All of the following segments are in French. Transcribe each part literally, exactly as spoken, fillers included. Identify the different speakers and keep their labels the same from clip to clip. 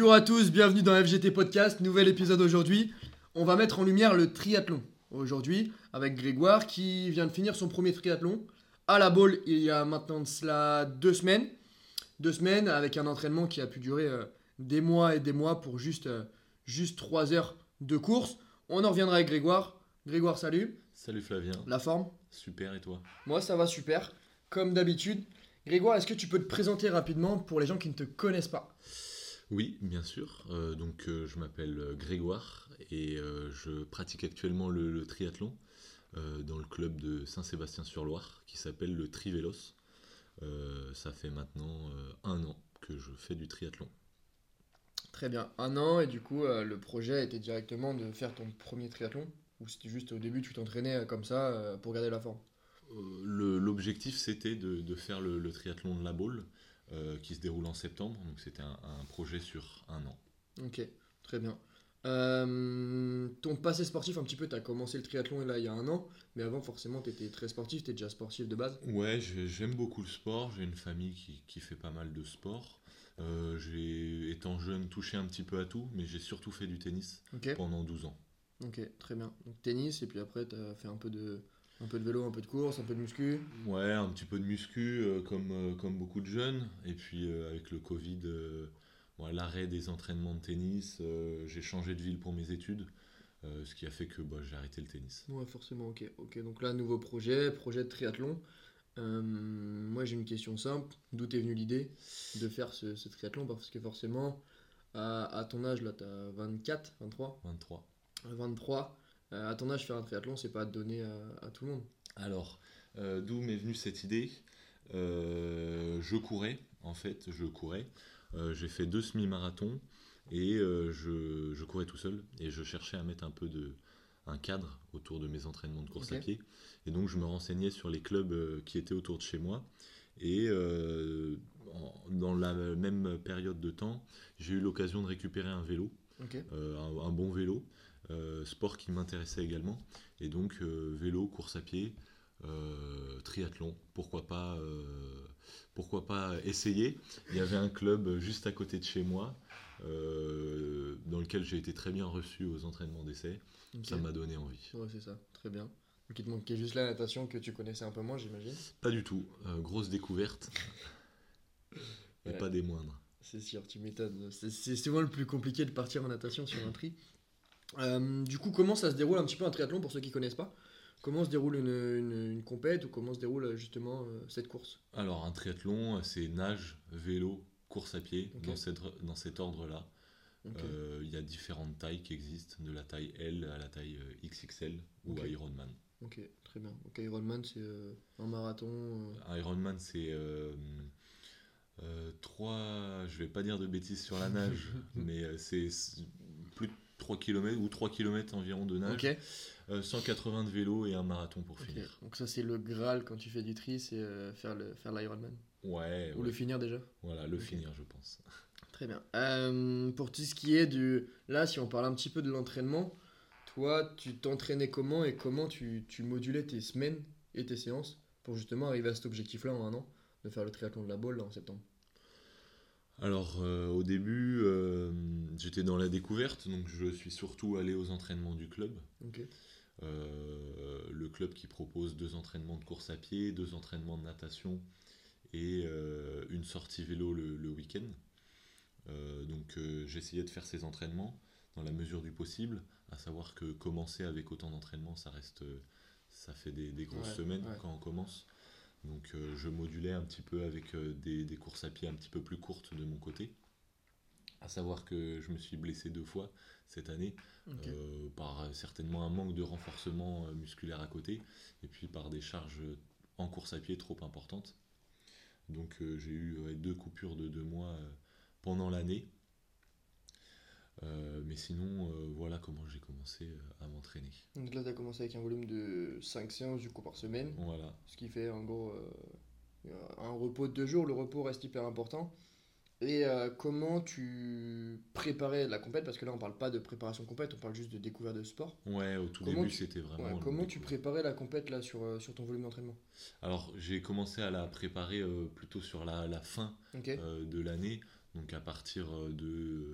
Speaker 1: Bonjour à tous, bienvenue dans F G T Podcast, nouvel épisode aujourd'hui. On va mettre en lumière le triathlon aujourd'hui avec Grégoire qui vient de finir son premier triathlon à la Baule il y a maintenant de cela deux semaines. Deux semaines avec un entraînement qui a pu durer euh, des mois et des mois pour juste, euh, juste trois heures de course. On en reviendra avec Grégoire. Grégoire, salut.
Speaker 2: Salut Flavien.
Speaker 1: La forme?
Speaker 2: Super, et toi?
Speaker 1: Moi, ça va super, comme d'habitude. Grégoire, est-ce que tu peux te présenter rapidement pour les gens qui ne te connaissent pas?
Speaker 2: Oui, bien sûr. Euh, donc, euh, je m'appelle euh, Grégoire et euh, je pratique actuellement le, le triathlon euh, dans le club de Saint-Sébastien-sur-Loire qui s'appelle le Trivélos. Euh, ça fait maintenant euh, un an que je fais du triathlon.
Speaker 1: Très bien, un an, et du coup, euh, le projet était directement de faire ton premier triathlon? Ou c'était juste au début, tu t'entraînais euh, comme ça euh, pour garder la forme?
Speaker 2: Euh, le- l'objectif, c'était de, de faire le, le triathlon de la Baule euh, qui se déroule en septembre. Donc, c'était un, un projet sur un an.
Speaker 1: Ok, très bien. Euh, ton passé sportif, un petit peu, tu as commencé le triathlon là il y a un an, mais avant, forcément, tu étais très sportif, tu es déjà sportif de base.
Speaker 2: Ouais, j'ai- j'aime beaucoup le sport. J'ai une famille qui, qui fait pas mal de sport. Euh, j'ai, étant jeune, touché un petit peu à tout, mais j'ai surtout fait du tennis
Speaker 1: Ok,
Speaker 2: pendant douze ans.
Speaker 1: ok, très bien. Donc tennis, et puis après, tu as fait un peu de, un peu de vélo, un peu de course, un peu de muscu.
Speaker 2: Ouais, un petit peu de muscu, euh, comme, euh, comme beaucoup de jeunes. Et puis, euh, avec le Covid, euh, ouais, l'arrêt des entraînements de tennis, euh, j'ai changé de ville pour mes études, euh, ce qui a fait que bah, j'ai arrêté le tennis.
Speaker 1: Ouais, forcément, ok. Ok, donc là, nouveau projet, projet de triathlon. Euh, moi, j'ai une question simple. D'où t'es venue l'idée de faire ce, ce triathlon? Parce que forcément, à, à ton âge, là, t'as vingt-quatre, vingt-trois,
Speaker 2: vingt-trois.
Speaker 1: vingt-trois. Euh, à ton âge, faire un triathlon, c'est pas donné à, à tout le monde.
Speaker 2: Alors, euh, d'où m'est venue cette idée? Euh, Je courais, en fait, je courais. Euh, j'ai fait deux semi-marathons et euh, je, je courais tout seul et je cherchais à mettre un peu de un cadre autour de mes entraînements de course
Speaker 1: Ok.
Speaker 2: à pied. Et donc, je me renseignais sur les clubs euh, qui étaient autour de chez moi. Et euh, en- dans la même période de temps, j'ai eu l'occasion de récupérer un vélo,
Speaker 1: Ok.
Speaker 2: euh, un, un bon vélo, euh, sport qui m'intéressait également. Et donc, euh, vélo, course à pied, euh, triathlon, pourquoi pas, euh, pourquoi pas essayer. Il y avait un club juste à côté de chez moi, euh, dans lequel j'ai été très bien reçu aux entraînements d'essai.
Speaker 1: Ok.
Speaker 2: Ça m'a donné envie.
Speaker 1: Ouais, c'est ça. Très bien. Donc, il te manquait juste la natation que tu connaissais un peu moins, j'imagine.
Speaker 2: Pas du tout, euh, grosse découverte, et
Speaker 1: Ouais,
Speaker 2: pas des moindres.
Speaker 1: c'est sûr, tu m'étonnes. C'est c'est souvent le plus compliqué de partir en natation sur un tri. Euh, du coup, comment ça se déroule un petit peu un triathlon pour ceux qui connaissent pas? Comment se déroule une, une, une compète ou comment se déroule euh, justement euh, cette course?
Speaker 2: Alors, un triathlon, c'est nage, vélo, course à pied,
Speaker 1: Ok.
Speaker 2: dans, cette, dans cet ordre-là.
Speaker 1: Ok.
Speaker 2: Euh, Il y a différentes tailles qui existent, de la taille L à la taille euh, X X L ou
Speaker 1: Ok.
Speaker 2: Ironman.
Speaker 1: Ok, très bien. Donc Ironman, c'est euh, un marathon.
Speaker 2: Ironman, c'est euh, euh, trois, je vais pas dire de bêtises sur la nage,
Speaker 1: euh.
Speaker 2: mais euh, c'est c'est plus de trois kilomètres ou trois kilomètres environ de
Speaker 1: Ok,
Speaker 2: nage, euh, cent quatre-vingts de vélo et un marathon pour
Speaker 1: ok.
Speaker 2: finir.
Speaker 1: Donc ça, c'est le Graal quand tu fais du tri, c'est euh, faire le faire l'Ironman.
Speaker 2: Ouais,
Speaker 1: Ou le
Speaker 2: ouais,
Speaker 1: finir déjà.
Speaker 2: voilà, le
Speaker 1: Ok.
Speaker 2: finir, je pense.
Speaker 1: Très bien. Euh, pour tout ce qui est du... Là, si on parle un petit peu de l'entraînement, toi, tu t'entraînais comment et comment tu, tu modulais tes semaines et tes séances pour justement arriver à cet objectif-là en un an, de faire le triathlon de la Baule là, en septembre.
Speaker 2: Alors, euh, au début, euh, j'étais dans la découverte, donc je suis surtout allé aux entraînements du club.
Speaker 1: Ok,
Speaker 2: Euh, le club qui propose deux entraînements de course à pied, deux entraînements de natation et euh, une sortie vélo le, le week-end. Euh, donc euh, j'essayais de faire ces entraînements dans la mesure du possible, à savoir que commencer avec autant d'entraînements, ça reste, euh, ça fait des, des grosses
Speaker 1: ouais,
Speaker 2: semaines
Speaker 1: ouais.
Speaker 2: quand on commence. Donc euh, je modulais un petit peu avec euh, des, des courses à pied un petit peu plus courtes de mon côté. À savoir que je me suis blessé deux fois cette année,
Speaker 1: Ok,
Speaker 2: euh, par euh, certainement un manque de renforcement euh, musculaire à côté, et puis par des charges en course à pied trop importantes. Donc euh, j'ai eu ouais, deux coupures de deux mois euh, pendant l'année. Euh, mais sinon, euh, voilà comment j'ai commencé euh, à m'entraîner.
Speaker 1: donc là, tu as commencé avec un volume de cinq séances du coup par semaine,
Speaker 2: Voilà.
Speaker 1: ce qui fait en gros euh, un repos de deux jours. Le repos reste hyper important. Et euh, comment tu préparais la compète? Parce que là, on parle pas de préparation compète, on parle juste de découverte de sport.
Speaker 2: Ouais, au tout
Speaker 1: Comment
Speaker 2: début,
Speaker 1: tu,
Speaker 2: c'était
Speaker 1: ouais,
Speaker 2: vraiment le
Speaker 1: comment tu
Speaker 2: découvert.
Speaker 1: préparais la compète là sur, euh, sur ton volume d'entraînement?
Speaker 2: Alors, j'ai commencé à la préparer euh, plutôt sur la, la fin
Speaker 1: Ok,
Speaker 2: euh, de l'année, donc à partir euh, de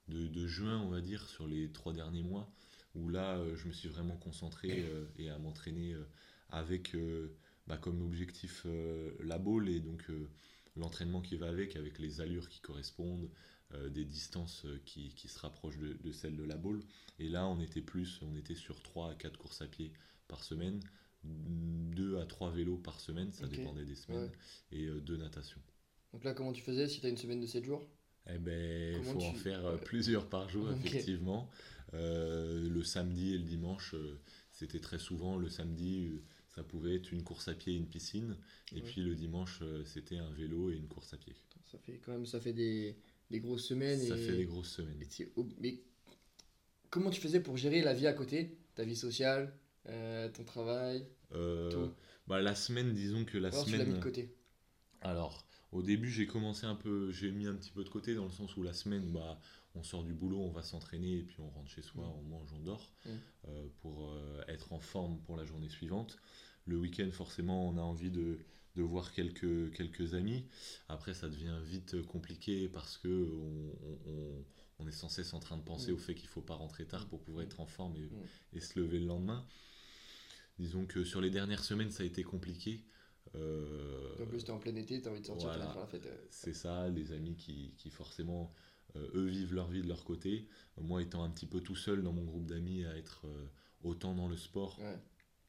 Speaker 2: de, de juin, on va dire, sur les trois derniers mois, où là, euh, je me suis vraiment concentré euh, et à m'entraîner euh, avec euh, bah, comme objectif euh, la bowl et donc euh, l'entraînement qui va avec, avec les allures qui correspondent, euh, des distances euh, qui, qui se rapprochent de, de celles de la bowl. Et là, on était plus, on était sur trois à quatre courses à pied par semaine, deux à trois vélos par semaine, ça
Speaker 1: Ok.
Speaker 2: dépendait des semaines,
Speaker 1: Ouais.
Speaker 2: et euh, deux natations.
Speaker 1: Donc là, comment tu faisais si t'as une semaine de sept jours?
Speaker 2: Eh ben, il
Speaker 1: Comment
Speaker 2: faut en
Speaker 1: tu.
Speaker 2: faire euh,
Speaker 1: Ouais.
Speaker 2: plusieurs par jour,
Speaker 1: Ok.
Speaker 2: effectivement. Euh, le samedi et le dimanche, euh, c'était très souvent. Le samedi, euh, ça pouvait être une course à pied et une piscine. Et
Speaker 1: Ouais.
Speaker 2: puis le dimanche, euh, c'était un vélo et une course à pied.
Speaker 1: Ça fait quand même, ça fait des, des grosses semaines
Speaker 2: Ça fait des
Speaker 1: et.
Speaker 2: grosses semaines.
Speaker 1: et t'y- oh, mais comment tu faisais pour gérer la vie à côté? Ta vie sociale, euh, ton travail,
Speaker 2: Euh,
Speaker 1: tout.
Speaker 2: bah, la semaine, disons que la
Speaker 1: Ou alors tu l'as mis de
Speaker 2: semaine.
Speaker 1: côté.
Speaker 2: Alors, au début, j'ai commencé un peu, j'ai mis un petit peu de côté dans le sens où la semaine, bah, on sort du boulot, on va s'entraîner et puis on rentre chez soi,
Speaker 1: Mm.
Speaker 2: on mange, on dort
Speaker 1: Mm.
Speaker 2: euh, pour euh, être en forme pour la journée suivante. Le week-end, forcément, on a envie de, de voir quelques, quelques amis. Après, ça devient vite compliqué parce que on, on- on- on est sans cesse en train de penser
Speaker 1: Mm.
Speaker 2: au fait qu'il faut pas rentrer tard pour pouvoir
Speaker 1: Mm.
Speaker 2: être en forme et,
Speaker 1: Mm.
Speaker 2: et se lever le lendemain. Disons que sur les dernières semaines, ça a été compliqué. Euh,
Speaker 1: En plus, t'es en plein été, t'as envie de sortir, t'as envie de
Speaker 2: voilà,
Speaker 1: faire la fête. euh.
Speaker 2: c'est ça, les amis qui, qui forcément, euh, eux vivent leur vie de leur côté. Moi étant un petit peu tout seul dans mon groupe d'amis à être euh, autant dans le sport,
Speaker 1: Ouais.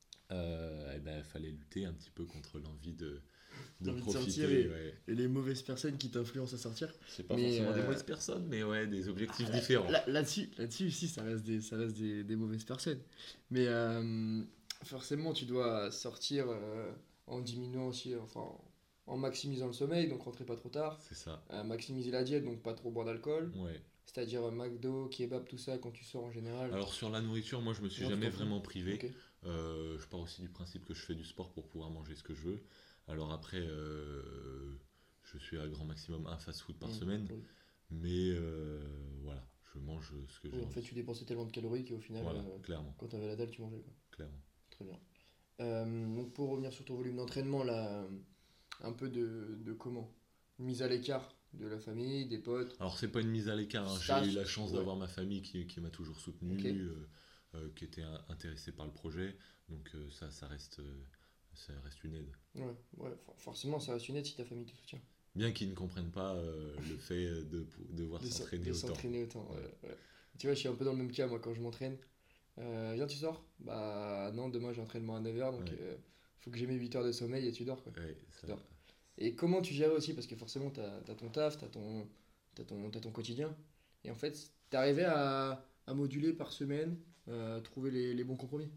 Speaker 2: euh, eh ben, il fallait lutter un petit peu contre l'envie de, de
Speaker 1: L'envie de
Speaker 2: profiter.
Speaker 1: sortir et-
Speaker 2: Ouais.
Speaker 1: Et les mauvaises personnes qui t'influencent à sortir.
Speaker 2: C'est pas
Speaker 1: Mais,
Speaker 2: forcément des
Speaker 1: euh,
Speaker 2: mauvaises personnes, mais ouais, des objectifs
Speaker 1: Ah, là-
Speaker 2: différents.
Speaker 1: là- Là-dessus, là-dessus aussi, ça reste des, ça reste des, des mauvaises personnes. Mais euh, forcément, tu dois sortir euh, en diminuant aussi, enfin, en maximisant le sommeil, donc rentrer pas trop tard.
Speaker 2: C'est ça.
Speaker 1: Euh, maximiser la diète, donc pas trop boire d'alcool.
Speaker 2: Ouais.
Speaker 1: C'est-à-dire euh, McDo, kebab, tout ça, quand tu sors en général.
Speaker 2: Alors sur la nourriture, moi je me suis
Speaker 1: Non, tu
Speaker 2: jamais
Speaker 1: t'en fous.
Speaker 2: vraiment privé.
Speaker 1: Ok.
Speaker 2: Euh, je pars aussi du principe que je fais du sport pour pouvoir manger ce que je veux. Alors après, euh, je suis à grand maximum un fast-food par
Speaker 1: Mm.
Speaker 2: semaine,
Speaker 1: Oui.
Speaker 2: mais euh, voilà, je mange ce que j'ai
Speaker 1: Oui, en
Speaker 2: envie.
Speaker 1: fait, tu dépensais tellement de calories qu'au final,
Speaker 2: Voilà,
Speaker 1: euh,
Speaker 2: clairement,
Speaker 1: quand t'avais la dalle, tu mangeais, quoi.
Speaker 2: clairement.
Speaker 1: Très bien. Euh, donc pour revenir sur ton volume d'entraînement, là, un peu de, de comment? Mise à l'écart de la famille, des potes.
Speaker 2: Alors c'est pas une mise à l'écart, hein.
Speaker 1: Ça,
Speaker 2: J'ai eu la chance
Speaker 1: ouais.
Speaker 2: d'avoir ma famille qui, qui m'a toujours soutenu,
Speaker 1: Ok.
Speaker 2: euh, euh, qui était un- intéressée par le projet, donc euh, ça, ça reste, euh, ça reste une aide.
Speaker 1: Ouais, ouais, for- forcément, ça reste une aide si ta famille te soutient.
Speaker 2: Bien qu'ils ne comprennent pas euh, le fait de pou- devoir
Speaker 1: De s'en-
Speaker 2: s'entraîner
Speaker 1: de
Speaker 2: autant.
Speaker 1: s'entraîner autant.
Speaker 2: Ouais.
Speaker 1: Ouais, ouais. Tu vois, je suis un peu dans le même cas, moi, quand je m'entraîne. Euh, viens, tu sors? Bah non, demain j'ai entraînement à neuf heures, donc
Speaker 2: Ouais.
Speaker 1: euh, faut que j'ai mes huit heures de sommeil et tu dors, quoi.
Speaker 2: Ouais,
Speaker 1: Tu
Speaker 2: ça-
Speaker 1: dors. Et comment tu gères aussi? Parce que forcément, t'as, t'as ton taf, t'as ton, t'as ton, t'as ton quotidien. Et en fait, t'arrivais à, à moduler par semaine, euh, trouver les, les bons compromis?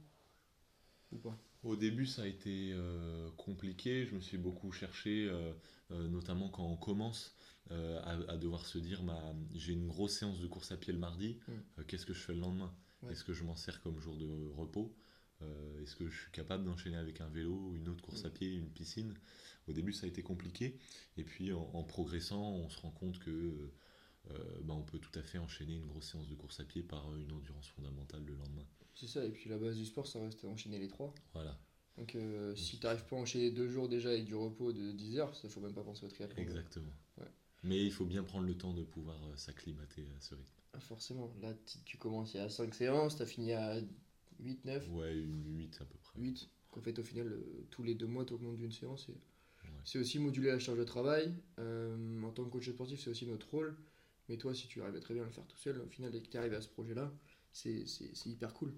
Speaker 1: Ou pas?
Speaker 2: Au début, ça a été euh, compliqué. Je me suis beaucoup cherché, euh, euh, notamment quand on commence euh, à, à devoir se dire bah, j'ai une grosse séance de course à pied le mardi,
Speaker 1: Mm.
Speaker 2: euh, qu'est-ce que je fais le lendemain?
Speaker 1: Ouais.
Speaker 2: Est-ce que je m'en sers comme jour de repos? Euh, Est-ce que je suis capable d'enchaîner avec un vélo, une autre course
Speaker 1: Mm.
Speaker 2: à pied, une piscine? Au début, ça a été compliqué. Et puis, en, en progressant, on se rend compte que euh, bah, on peut tout à fait enchaîner une grosse séance de course à pied par une endurance fondamentale le lendemain.
Speaker 1: C'est ça, et puis la base du sport, ça reste enchaîner les trois.
Speaker 2: Voilà,
Speaker 1: Donc euh, si t'arrives pas à enchaîner deux jours déjà avec du repos de dix heures, ça faut même pas penser au triathlon.
Speaker 2: exactement.
Speaker 1: Ouais.
Speaker 2: Mais il faut bien prendre le temps de pouvoir euh, s'acclimater à ce rythme.
Speaker 1: Ah, forcément, là tu tu commences à cinq séances, t'as fini à huit neuf
Speaker 2: Ouais, une huit à peu près.
Speaker 1: huit. En fait, au final, euh, tous les deux mois, t'augmentes d'une séance. Et...
Speaker 2: Ouais.
Speaker 1: C'est aussi moduler la charge de travail. Euh, en tant que coach sportif, c'est aussi notre rôle. Mais toi, si tu arrives à très bien le faire tout seul, au final, et que tu arrives à ce projet-là, c'est c'est- c'est hyper cool.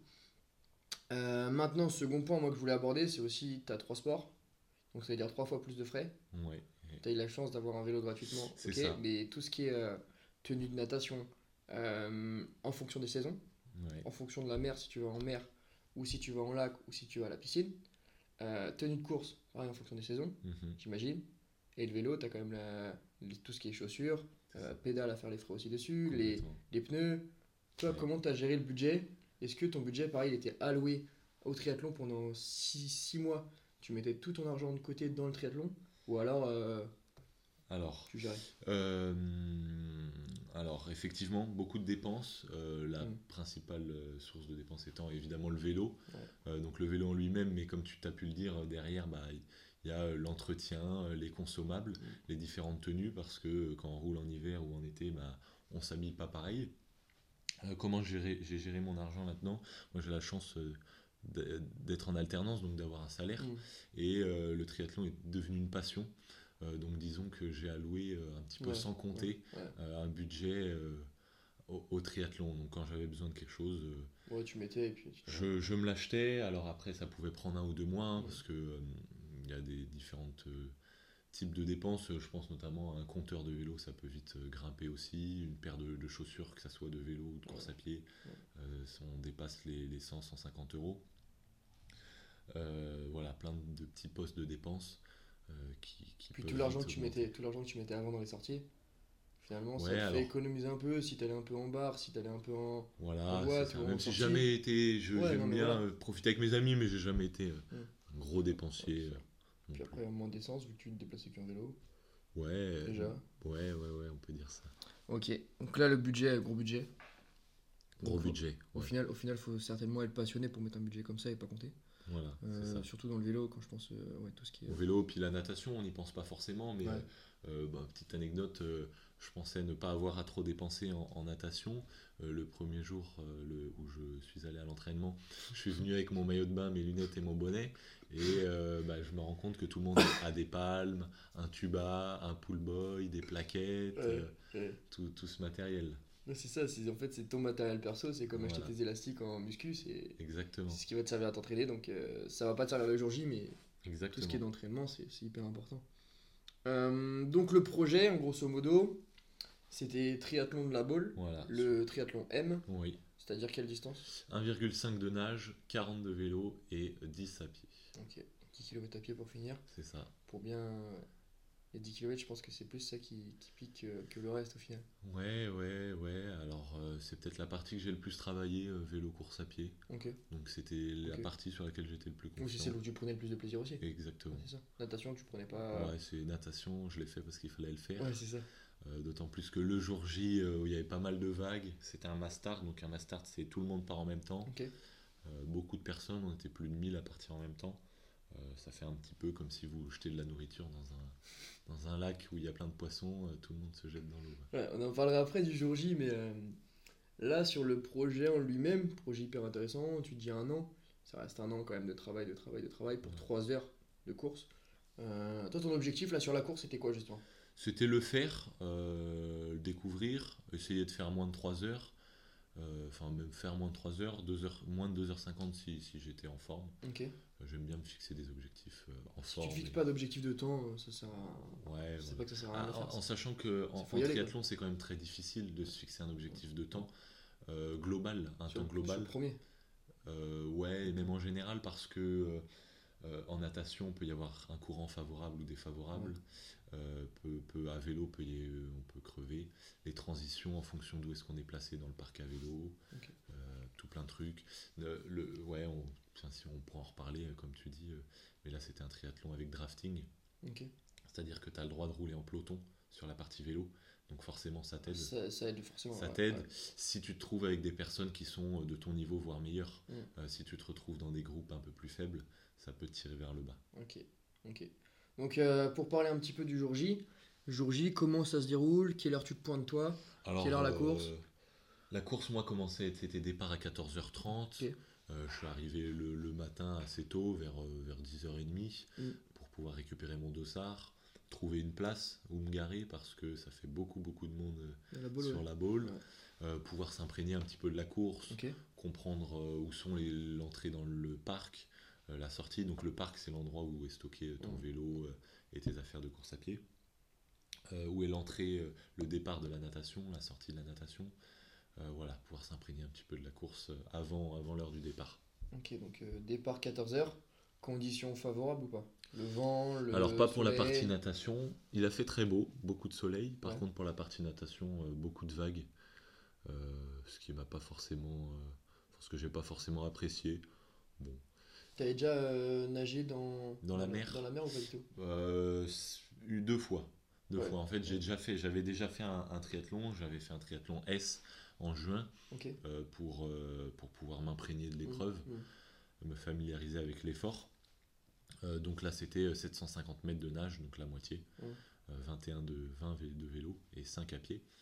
Speaker 1: Euh, maintenant, second point, moi, que je voulais aborder, c'est aussi, tu as trois sports. Donc, ça veut dire trois fois plus de frais.
Speaker 2: Ouais.
Speaker 1: Tu as eu la chance d'avoir un vélo gratuitement.
Speaker 2: C'est
Speaker 1: ok,
Speaker 2: ça.
Speaker 1: mais tout ce qui est euh, tenue de natation, euh, en fonction des saisons,
Speaker 2: Ouais.
Speaker 1: en fonction de la mer, si tu vas en mer, ou si tu vas en lac, ou si tu vas à la piscine. Euh, tenue de course, pareil, en fonction des saisons,
Speaker 2: Mhm.
Speaker 1: j'imagine. Et le vélo, tu as quand même la- les- tout ce qui est chaussures, euh, pédales à faire les frais aussi dessus, les,
Speaker 2: Complètement.
Speaker 1: les pneus. Toi,
Speaker 2: Ouais.
Speaker 1: comment tu as géré le budget? Est-ce que ton budget, pareil, il était alloué au triathlon pendant six mois? Tu mettais tout ton argent de côté dans le triathlon? Ou alors euh,
Speaker 2: Alors,
Speaker 1: tu gérais?
Speaker 2: euh, alors, effectivement, beaucoup de dépenses. Euh, la
Speaker 1: Mm.
Speaker 2: principale euh, source de dépenses étant évidemment le vélo.
Speaker 1: Ouais.
Speaker 2: Euh, donc le vélo en lui-même, mais comme tu t'as pu le dire, euh, derrière, bah, il y a euh, l'entretien, euh, les consommables, les différentes tenues, parce que euh, quand on roule en hiver ou en été, bah, on s'habille pas pareil. Euh, comment j'ai géré, j'ai géré mon argent là-dedans? Moi j'ai la chance euh, d- d'être en alternance, donc d'avoir un salaire.
Speaker 1: Mm.
Speaker 2: Et euh, le triathlon est devenu une passion. Euh, donc disons que j'ai alloué euh, un petit peu
Speaker 1: Ouais,
Speaker 2: sans
Speaker 1: ouais,
Speaker 2: compter
Speaker 1: ouais.
Speaker 2: euh, un budget euh, au, au triathlon. Donc quand j'avais besoin de quelque chose, euh,
Speaker 1: Ouais, tu mettais et puis tu t'en-
Speaker 2: je, je me l'achetais. Alors après ça pouvait prendre un ou deux mois hein,
Speaker 1: Mm.
Speaker 2: parce que euh, il y a des différents types de dépenses. Je pense notamment à un compteur de vélo, ça peut vite euh, grimper aussi. Une paire de, de chaussures, que ça soit de vélo ou de course
Speaker 1: Ouais,
Speaker 2: à pied,
Speaker 1: ouais.
Speaker 2: euh, on dépasse les, les cent cent cinquante euros. Euh, voilà, plein de petits postes de dépenses euh, qui, qui
Speaker 1: Puis
Speaker 2: peuvent
Speaker 1: tout l'argent
Speaker 2: vite
Speaker 1: que tu
Speaker 2: augmenter.
Speaker 1: mettais, tout l'argent que tu mettais avant dans les sorties, finalement, ça
Speaker 2: Ouais,
Speaker 1: te fait
Speaker 2: alors
Speaker 1: économiser un peu si t'allais un peu en bar, si t'allais un peu en, en
Speaker 2: voilà, c'est
Speaker 1: boîte
Speaker 2: ça.
Speaker 1: ou en
Speaker 2: Même si j'ai
Speaker 1: sortie.
Speaker 2: jamais été, je-
Speaker 1: Ouais, non
Speaker 2: j'aime
Speaker 1: mais
Speaker 2: bien
Speaker 1: voilà.
Speaker 2: euh, profiter avec mes amis, mais j'ai jamais été euh,
Speaker 1: Mm.
Speaker 2: un gros
Speaker 1: Ouais,
Speaker 2: dépensier
Speaker 1: c'est
Speaker 2: euh,
Speaker 1: ça.
Speaker 2: non
Speaker 1: Puis
Speaker 2: plus.
Speaker 1: après, moins d'essence vu que tu te déplaçais qu'en vélo,
Speaker 2: Ouais,
Speaker 1: déjà.
Speaker 2: ouais, ouais, ouais, on peut dire ça.
Speaker 1: Ok, donc là le budget, gros budget.
Speaker 2: Gros
Speaker 1: Donc faut-
Speaker 2: budget,
Speaker 1: au
Speaker 2: ouais.
Speaker 1: final, au final, faut certainement être passionné pour mettre un budget comme ça et pas compter.
Speaker 2: Voilà, c'est
Speaker 1: Euh,
Speaker 2: ça.
Speaker 1: surtout dans le vélo, quand je pense, euh, ouais, tout ce qui est.
Speaker 2: Au vélo, puis la natation, on n'y pense pas forcément, mais
Speaker 1: Ouais.
Speaker 2: euh, euh, bah, petite anecdote, euh, je pensais ne pas avoir à trop dépenser en, en natation. Euh, le premier jour euh, le- où je suis allé à l'entraînement, je suis venu avec mon maillot de bain, mes lunettes et mon bonnet, et euh, bah, je me rends compte que tout le monde a des palmes, un tuba, un pool boy, des plaquettes,
Speaker 1: Ouais,
Speaker 2: euh,
Speaker 1: ouais.
Speaker 2: tout, tout ce matériel.
Speaker 1: Ouais, c'est ça, c'est, en fait c'est ton matériel perso, c'est comme acheter
Speaker 2: Voilà,
Speaker 1: tes élastiques en muscu, c'est
Speaker 2: exactement,
Speaker 1: c'est ce qui va te servir à t'entraîner, donc euh, ça va pas te servir le jour J, mais tout ce qui est
Speaker 2: exactement.
Speaker 1: d'entraînement, c'est c'est hyper important. Euh, donc le projet, en grosso modo, c'était triathlon de la Baule,
Speaker 2: Voilà,
Speaker 1: le triathlon M,
Speaker 2: oui.
Speaker 1: c'est-à-dire quelle distance?
Speaker 2: un virgule cinq de nage, quarante de vélo et dix à pied.
Speaker 1: Ok, dix kilomètres à pied pour finir,
Speaker 2: C'est ça.
Speaker 1: pour bien... Les dix kilomètres, je pense que c'est plus ça qui, qui pique euh, que le reste au final.
Speaker 2: Ouais, ouais, ouais. Alors, euh, c'est peut-être la partie que j'ai le plus travaillé, euh, vélo course à pied.
Speaker 1: Ok,
Speaker 2: Donc, c'était la
Speaker 1: ok.
Speaker 2: partie sur laquelle j'étais le plus
Speaker 1: Donc c'est celle
Speaker 2: confiant.
Speaker 1: où tu prenais le plus de plaisir aussi. Ouais,
Speaker 2: Exactement.
Speaker 1: c'est ça. Natation, tu prenais pas...
Speaker 2: Ouais, c'est natation, je l'ai fait parce qu'il fallait le faire.
Speaker 1: Ouais, c'est ça.
Speaker 2: Euh, d'autant plus que le jour J, euh, où il y avait pas mal de vagues, c'était un mastart. Donc, un mastart, c'est tout le monde part en même temps.
Speaker 1: Ok.
Speaker 2: Euh, beaucoup de personnes, on était plus de mille à partir en même temps. Euh, ça fait un petit peu comme si vous jetez de la nourriture dans un, dans un lac où il y a plein de poissons, euh, tout le monde se jette dans l'eau.
Speaker 1: Ouais, on en parlera après du jour J, mais euh, là, sur le projet en lui-même, projet hyper intéressant, tu te dis un an, ça reste un an quand même de travail, de travail, de travail pour
Speaker 2: Ouais.
Speaker 1: trois heures de course. Euh, toi, ton objectif là sur la course, c'était quoi justement?
Speaker 2: C'était le faire, euh, le découvrir, essayer de faire moins de trois heures, euh, enfin même faire moins de trois heures, deux heures moins de deux heures cinquante si, si j'étais en forme.
Speaker 1: Ok.
Speaker 2: Euh, J'aime bien me fixer des objectifs euh, en
Speaker 1: Si tu
Speaker 2: forme.
Speaker 1: te fixes
Speaker 2: et-
Speaker 1: pas d'objectif de temps, euh, ça sert à...
Speaker 2: Ouais,
Speaker 1: Je sais
Speaker 2: voilà.
Speaker 1: pas que ça sert à rien
Speaker 2: Ah,
Speaker 1: de le faire.
Speaker 2: en, en
Speaker 1: Ça.
Speaker 2: sachant que en,
Speaker 1: Il faut
Speaker 2: en
Speaker 1: y aller, quoi.
Speaker 2: triathlon c'est quand même très difficile de se fixer un objectif de temps euh, global, un
Speaker 1: Sur,
Speaker 2: temps
Speaker 1: sur le
Speaker 2: global.
Speaker 1: premier.
Speaker 2: Euh, ouais, et même en général parce que euh, euh, en natation, il peut y avoir un courant favorable ou défavorable.
Speaker 1: Ouais.
Speaker 2: Euh, peut, peut- à vélo, peut y- euh, on peut crever. Les transitions en fonction d'où est-ce qu'on est placé dans le parc à vélo,
Speaker 1: Ok.
Speaker 2: euh, tout plein de trucs. Le, le- ouais, on, tiens, si on pourra en reparler, euh, comme tu dis, euh, mais là c'était un triathlon avec drafting,
Speaker 1: Ok.
Speaker 2: c'est-à-dire que tu as le droit de rouler en peloton sur la partie vélo, donc forcément ça t'aide.
Speaker 1: Ça, ça aide forcément.
Speaker 2: Ça
Speaker 1: Ouais,
Speaker 2: t'aide
Speaker 1: ouais.
Speaker 2: si tu te trouves avec des personnes qui sont de ton niveau, voire meilleures.
Speaker 1: Mm.
Speaker 2: Euh, si tu te retrouves dans des groupes un peu plus faibles, ça peut te tirer vers le bas.
Speaker 1: Ok. Ok. Donc euh, pour parler un petit peu du jour J, jour J, comment ça se déroule? Quelle heure tu te pointes toi?
Speaker 2: Alors,
Speaker 1: Quelle heure la
Speaker 2: euh,
Speaker 1: course?
Speaker 2: la course, moi, commençait, c'était départ à quatorze heures trente.
Speaker 1: Ok.
Speaker 2: Euh, je suis arrivé le, le matin assez tôt, vers, euh, vers dix heures trente,
Speaker 1: Mm.
Speaker 2: pour pouvoir récupérer mon dossard, trouver une place où me garer, parce que ça fait beaucoup, beaucoup de monde euh,
Speaker 1: Dans la boule,
Speaker 2: sur
Speaker 1: ouais.
Speaker 2: la boule.
Speaker 1: Ouais.
Speaker 2: Euh, pouvoir s'imprégner un petit peu de la course,
Speaker 1: Ok.
Speaker 2: comprendre euh, où sont les- l'entrée dans le parc, euh, la sortie. Donc le parc, c'est l'endroit où est stocké ton
Speaker 1: Mm.
Speaker 2: vélo euh, et tes affaires de course à pied. Euh, où est l'entrée, euh, le départ de la natation, la sortie de la natation. Euh, voilà, pouvoir s'imprégner un petit peu de la course euh, avant, avant l'heure du départ.
Speaker 1: Ok, donc euh, départ quatorze heures, conditions favorables ou pas? Le vent, le
Speaker 2: Alors pas pour la
Speaker 1: soleil.
Speaker 2: partie natation, il a fait très beau, beaucoup de soleil. Par
Speaker 1: Ouais.
Speaker 2: contre pour la partie natation, euh, beaucoup de vagues, euh, ce qui m'a pas forcément, euh, ce que j'ai pas forcément apprécié. Bon,
Speaker 1: T'avais déjà euh, nagé dans,
Speaker 2: Dans la mer?
Speaker 1: Dans la mer ou pas du tout?
Speaker 2: Euh, c- eu deux fois. Deux
Speaker 1: Ouais.
Speaker 2: fois. En fait, j'ai déjà fait, j'avais déjà fait un, un triathlon. J'avais fait un triathlon S en juin
Speaker 1: Ok.
Speaker 2: euh, pour, euh, pour pouvoir m'imprégner de l'épreuve,
Speaker 1: Mm, mm.
Speaker 2: me familiariser avec l'effort. Euh, donc là, c'était sept cent cinquante mètres de nage, donc la moitié.
Speaker 1: Mm.
Speaker 2: Euh, vingt et un de vingt vé- de vélo et cinq à pied.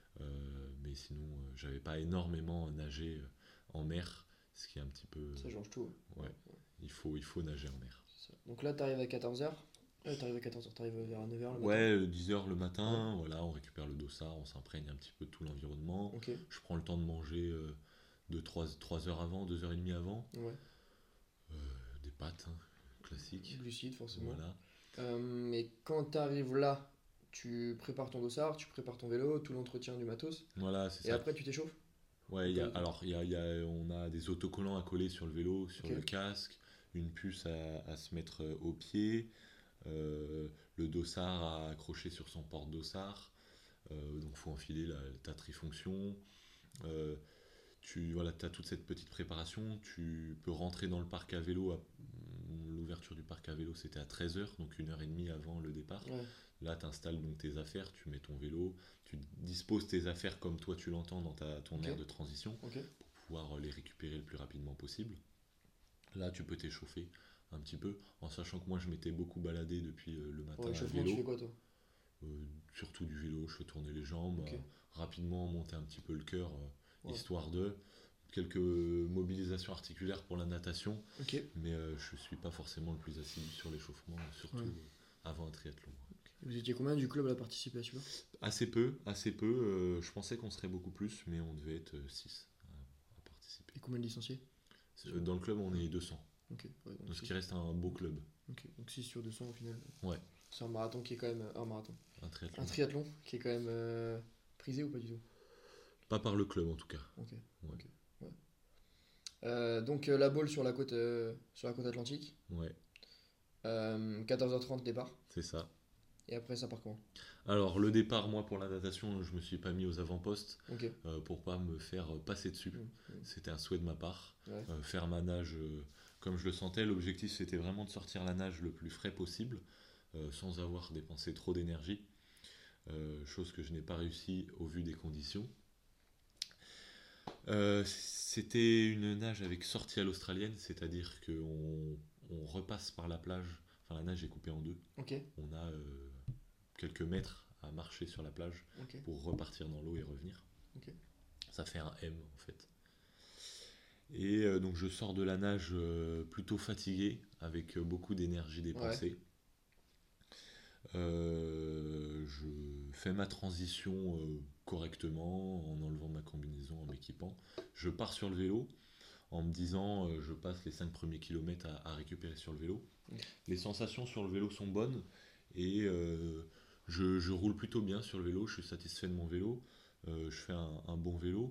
Speaker 2: Euh, mais sinon, euh, j'avais pas énormément nagé euh, en mer, ce qui est un petit peu.
Speaker 1: Ça change tout.
Speaker 2: Ouais, ouais. Il, faut, il faut nager en mer.
Speaker 1: Ça. Donc là, t'arrives à quatorze heures. Euh, t'arrives à quatorze heures, t'arrives vers neuf heures le matin.
Speaker 2: Ouais, dix heures le matin,
Speaker 1: ouais.
Speaker 2: Voilà, on récupère le dossard, on s'imprègne un petit peu de tout l'environnement.
Speaker 1: Okay.
Speaker 2: Je prends le temps de manger euh, de trois heures avant, deux heures trente avant.
Speaker 1: Ouais.
Speaker 2: Euh, des pâtes, hein, classiques.
Speaker 1: Glucides, forcément.
Speaker 2: Voilà.
Speaker 1: Euh, mais quand t'arrives là, tu prépares ton dossard, tu prépares ton vélo, tout l'entretien du matos.
Speaker 2: Voilà, c'est
Speaker 1: et
Speaker 2: ça.
Speaker 1: après, tu t'échauffes.
Speaker 2: Ouais, y a, alors y a, y a, on a des autocollants à coller sur le vélo, sur
Speaker 1: okay.
Speaker 2: le casque, une puce à, à se mettre au pied, euh, le dossard à accrocher sur son porte-dossard. Euh, donc il faut enfiler la, ta trifonction. Euh, tu voilà, as toute cette petite préparation. Tu peux rentrer dans le parc à vélo. À, l'ouverture du parc à vélo, c'était à treize heures, donc une heure et demie avant le départ.
Speaker 1: Ouais.
Speaker 2: Là, tu installes donc tes affaires, tu mets ton vélo, tu disposes tes affaires comme toi tu l'entends dans ta, ton
Speaker 1: okay.
Speaker 2: aire de transition
Speaker 1: okay.
Speaker 2: pour pouvoir les récupérer le plus rapidement possible. Là, tu peux t'échauffer un petit peu, en sachant que moi, je m'étais beaucoup baladé depuis le matin
Speaker 1: ouais,
Speaker 2: à vélo.
Speaker 1: Tu fais quoi, toi
Speaker 2: euh, Surtout du vélo, je fais tourner les jambes,
Speaker 1: okay.
Speaker 2: euh, rapidement monter un petit peu le cœur, euh,
Speaker 1: ouais.
Speaker 2: histoire de... Quelques mobilisations articulaires pour la natation,
Speaker 1: okay.
Speaker 2: mais euh, je suis pas forcément le plus assidu sur l'échauffement, surtout ouais. avant un triathlon.
Speaker 1: Vous étiez combien du club à participer à celui-là ?
Speaker 2: Assez peu, assez peu. Euh, je pensais qu'on serait beaucoup plus, mais on devait être six à, à participer.
Speaker 1: Et combien de licenciés ?
Speaker 2: Dans le club, on est deux cents.
Speaker 1: Okay. Ouais, donc
Speaker 2: donc ce qui reste un beau club.
Speaker 1: Okay. Donc six sur deux cents au final.
Speaker 2: Ouais.
Speaker 1: C'est un marathon qui est quand même... Un marathon.
Speaker 2: Un triathlon.
Speaker 1: Un triathlon qui est quand même euh, prisé ou pas du tout ?
Speaker 2: Pas par le club en tout cas.
Speaker 1: Ok.
Speaker 2: Ouais.
Speaker 1: okay. Ouais. Euh, donc euh, la balle sur la côte euh, sur la côte atlantique.
Speaker 2: Ouais.
Speaker 1: Euh, quatorze heures trente départ.
Speaker 2: C'est ça.
Speaker 1: Et après ça part comment ?
Speaker 2: Alors le départ, moi pour la natation, je me suis pas mis aux avant-postes
Speaker 1: okay.
Speaker 2: euh, pour pas me faire passer dessus. Mmh, mmh. C'était un souhait de ma part.
Speaker 1: Ouais.
Speaker 2: Euh, faire ma nage euh, comme je le sentais. L'objectif c'était vraiment de sortir la nage le plus frais possible, euh, sans avoir dépensé trop d'énergie. Euh, chose que je n'ai pas réussi au vu des conditions. Euh, c'était une nage avec sortie à l'australienne, c'est-à-dire qu'on on repasse par la plage, enfin la nage est coupée en deux.
Speaker 1: Okay.
Speaker 2: On a euh, quelques mètres à marcher sur la plage
Speaker 1: okay.
Speaker 2: pour repartir dans l'eau et revenir.
Speaker 1: Okay.
Speaker 2: Ça fait un M en fait. Et euh, donc je sors de la nage euh, plutôt fatigué, avec beaucoup d'énergie dépensée. Ouais. Euh, je fais ma transition euh, correctement en enlevant ma combinaison, en m'équipant. Je pars sur le vélo en me disant euh, je passe les cinq premiers kilomètres à, à récupérer sur le vélo. Mmh. Les sensations sur le vélo sont bonnes et euh, je, je roule plutôt bien sur le vélo, je suis satisfait de mon vélo, euh, je fais un, un bon vélo.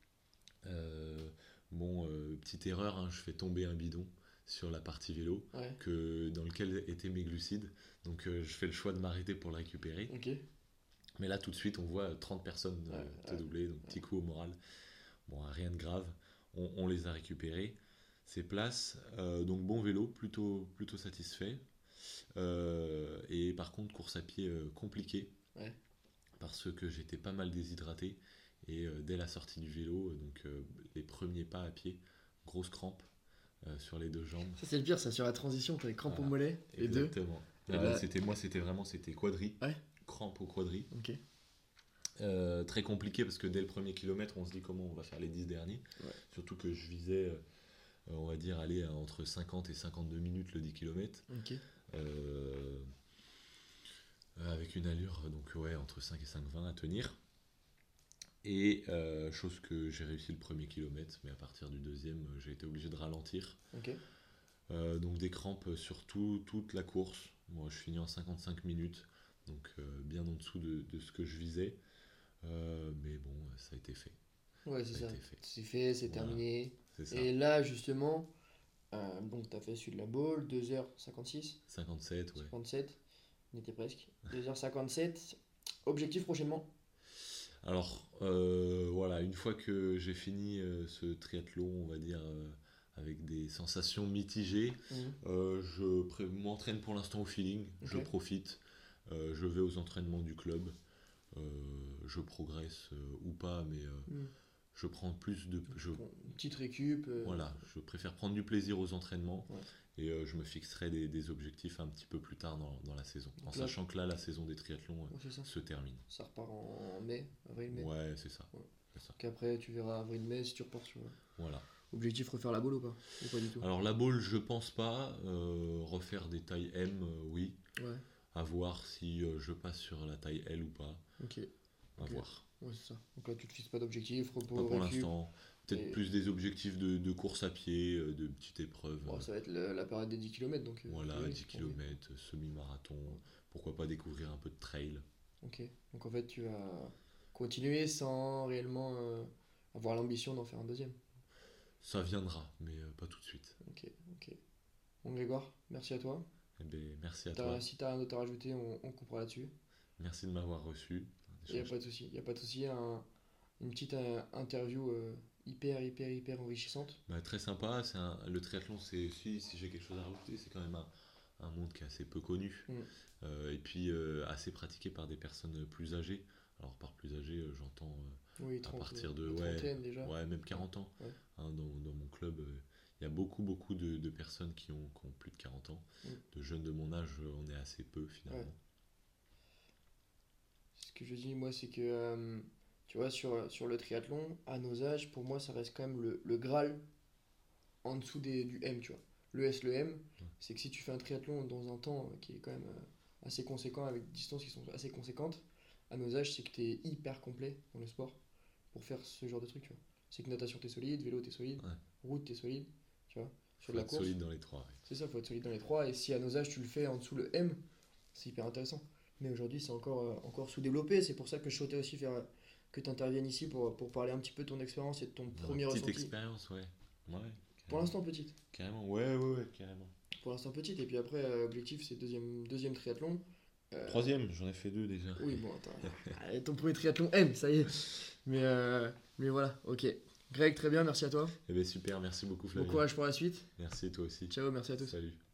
Speaker 2: Euh, bon, euh, petite erreur, hein, je fais tomber un bidon sur la partie vélo,
Speaker 1: ouais.
Speaker 2: que, dans lequel étaient mes glucides. Donc euh, je fais le choix de m'arrêter pour le récupérer.
Speaker 1: Okay.
Speaker 2: Mais là, tout de suite, on voit trente personnes euh,
Speaker 1: ouais,
Speaker 2: te
Speaker 1: ouais,
Speaker 2: doubler, donc
Speaker 1: ouais.
Speaker 2: petit coup au moral. Bon, rien de grave. On, on les a récupérés, ces places. Euh, donc bon vélo, plutôt, plutôt satisfait. Euh, et par contre, course à pied euh, compliquée.
Speaker 1: Ouais.
Speaker 2: Parce que j'étais pas mal déshydraté. Et euh, dès la sortie du vélo, donc euh, les premiers pas à pied, grosse crampe. Euh, sur les deux jambes.
Speaker 1: Ça c'est le pire, ça sur la transition, t'as les crampes voilà. au mollet, les deux.
Speaker 2: Exactement. Ah, là... C'était moi, c'était vraiment c'était quadri.
Speaker 1: Ouais.
Speaker 2: Crampe au quadri.
Speaker 1: Ok.
Speaker 2: Euh, très compliqué parce que dès le premier kilomètre, on se dit comment on va faire les dix derniers.
Speaker 1: Ouais.
Speaker 2: Surtout que je visais, euh, on va dire, aller entre cinquante et cinquante-deux minutes le dix kilomètres.
Speaker 1: Ok.
Speaker 2: Euh, avec une allure donc ouais entre cinq et cinq vingt à tenir. Et euh, chose que j'ai réussi le premier kilomètre, mais à partir du deuxième, j'ai été obligé de ralentir.
Speaker 1: Okay.
Speaker 2: Euh, donc des crampes sur tout, toute la course. Moi, je finis en cinquante-cinq minutes, donc euh, bien en dessous de, de ce que je visais. Euh, mais bon, ça a été fait.
Speaker 1: Ouais, c'est ça.
Speaker 2: ça. Fait.
Speaker 1: C'est fait, c'est voilà. terminé.
Speaker 2: C'est ça.
Speaker 1: Et là, justement, euh, donc tu as fait celui de la balle, deux heures cinquante-six.
Speaker 2: cinquante-sept, ouais.
Speaker 1: cinquante-sept, on était presque. deux heures cinquante-sept. Objectif prochainement ?
Speaker 2: Alors, euh, voilà, une fois que j'ai fini euh, ce triathlon, on va dire, euh, avec des sensations mitigées, mmh. euh, je pré- m'entraîne pour l'instant au feeling, okay. Je profite, euh, je vais aux entraînements du club, euh, je progresse euh, ou pas, mais euh, mmh. je prends plus de... Je,
Speaker 1: Bon, une petite récup. euh,
Speaker 2: voilà, je préfère prendre du plaisir aux entraînements
Speaker 1: Ouais.
Speaker 2: et euh, je me fixerai des, des objectifs un petit peu plus tard dans, dans la saison.
Speaker 1: Donc
Speaker 2: En
Speaker 1: là-
Speaker 2: sachant que là, la saison des triathlons euh,
Speaker 1: ouais, c'est ça.
Speaker 2: se termine.
Speaker 1: Ça repart en mai, avril-mai.
Speaker 2: Ouais, c'est ça.
Speaker 1: Ouais.
Speaker 2: C'est ça.
Speaker 1: Qu'après, tu verras avril-mai si tu repars sur.
Speaker 2: Voilà.
Speaker 1: Objectif refaire la boule ou pas? Ou pas du tout?
Speaker 2: Alors la bowl, je pense pas. Euh, refaire des tailles M, euh, oui.
Speaker 1: Ouais,
Speaker 2: À voir si euh, je passe sur la taille L ou pas.
Speaker 1: ok.
Speaker 2: À
Speaker 1: Ok.
Speaker 2: voir.
Speaker 1: Ouais, c'est ça. Donc là, tu te fixes pas d'objectif, repos,
Speaker 2: Pas pour
Speaker 1: récup.
Speaker 2: l'instant. Peut-être
Speaker 1: Et-
Speaker 2: plus des objectifs de, de course à pied, euh, de petites épreuves.
Speaker 1: Bon, ça va être le- la parade des dix kilomètres. Donc, euh,
Speaker 2: Voilà,
Speaker 1: oui,
Speaker 2: dix
Speaker 1: c'est pour lui.
Speaker 2: kilomètres, semi-marathon. Pourquoi pas découvrir un peu de trail.
Speaker 1: Ok. Donc en fait, tu vas continuer sans réellement euh, avoir l'ambition d'en faire un deuxième.
Speaker 2: Ça viendra, mais euh, pas tout de suite.
Speaker 1: Ok, ok. Bon, Grégoire, merci à toi.
Speaker 2: Eh ben, merci à
Speaker 1: T'as-
Speaker 2: toi.
Speaker 1: Si t'as un autre à rajouter, on, on coupera là-dessus.
Speaker 2: Merci de m'avoir reçu.
Speaker 1: Il n'y a pas de souci. Y a pas de souci. Un- une petite euh, interview euh, hyper, hyper, hyper enrichissante.
Speaker 2: Bah, très sympa. C'est un- le triathlon, c'est aussi, si j'ai quelque chose à rajouter, c'est quand même un, un monde qui est assez peu connu.
Speaker 1: Mm.
Speaker 2: Euh, et puis euh, assez pratiqué par des personnes plus âgées. Alors par plus âgées, euh, j'entends euh,
Speaker 1: Oui,
Speaker 2: à
Speaker 1: trente,
Speaker 2: partir de
Speaker 1: une
Speaker 2: ouais,
Speaker 1: trentaine déjà.
Speaker 2: ouais, même quarante ans.
Speaker 1: Ouais.
Speaker 2: Hein, dans, dans mon club, euh, il y a beaucoup, beaucoup de, de personnes qui ont, qui ont plus de quarante ans.
Speaker 1: Mm.
Speaker 2: De jeunes de mon âge, euh, on est assez peu finalement.
Speaker 1: Ouais. Ce que je dis, moi, c'est que, euh, tu vois, sur, sur le triathlon, à nos âges, pour moi, ça reste quand même le, le Graal en dessous des, du M, tu vois. Le S, le M, c'est que si tu fais un triathlon dans un temps euh, qui est quand même euh, assez conséquent, avec des distances qui sont assez conséquentes, à nos âges, c'est que tu es hyper complet dans le sport pour faire ce genre de truc, tu vois. C'est que natation, t'es solide, vélo, t'es solide,
Speaker 2: Ouais.
Speaker 1: route, t'es solide, tu vois. Sur
Speaker 2: Faut
Speaker 1: de la
Speaker 2: être
Speaker 1: course,
Speaker 2: solide dans les trois. ouais.
Speaker 1: c'est ça, faut être solide dans les trois. Et si à nos âges tu le fais en dessous le M, c'est hyper intéressant. Mais aujourd'hui, c'est encore, euh, encore sous-développé. C'est pour ça que je souhaitais aussi faire, euh, que tu interviennes ici pour, pour parler un petit peu de ton expérience et de ton
Speaker 2: Dans
Speaker 1: premier
Speaker 2: une petite
Speaker 1: ressenti.
Speaker 2: expérience, ouais. Ouais.
Speaker 1: Pour
Speaker 2: carrément.
Speaker 1: l'instant, petite.
Speaker 2: Carrément, ouais, ouais, ouais, carrément.
Speaker 1: Pour l'instant, petite. Et puis après, euh, objectif, c'est deuxième, deuxième triathlon. Euh,
Speaker 2: Troisième, j'en ai fait deux déjà.
Speaker 1: Oui, bon, attends. Allez, ton premier triathlon M, ça y est. Mais, euh, mais voilà, ok. Greg, très bien, merci à toi.
Speaker 2: Eh ben super, merci beaucoup
Speaker 1: Bon
Speaker 2: Flavien.
Speaker 1: courage pour la suite.
Speaker 2: Merci toi aussi.
Speaker 1: Ciao, merci à tous.
Speaker 2: Salut.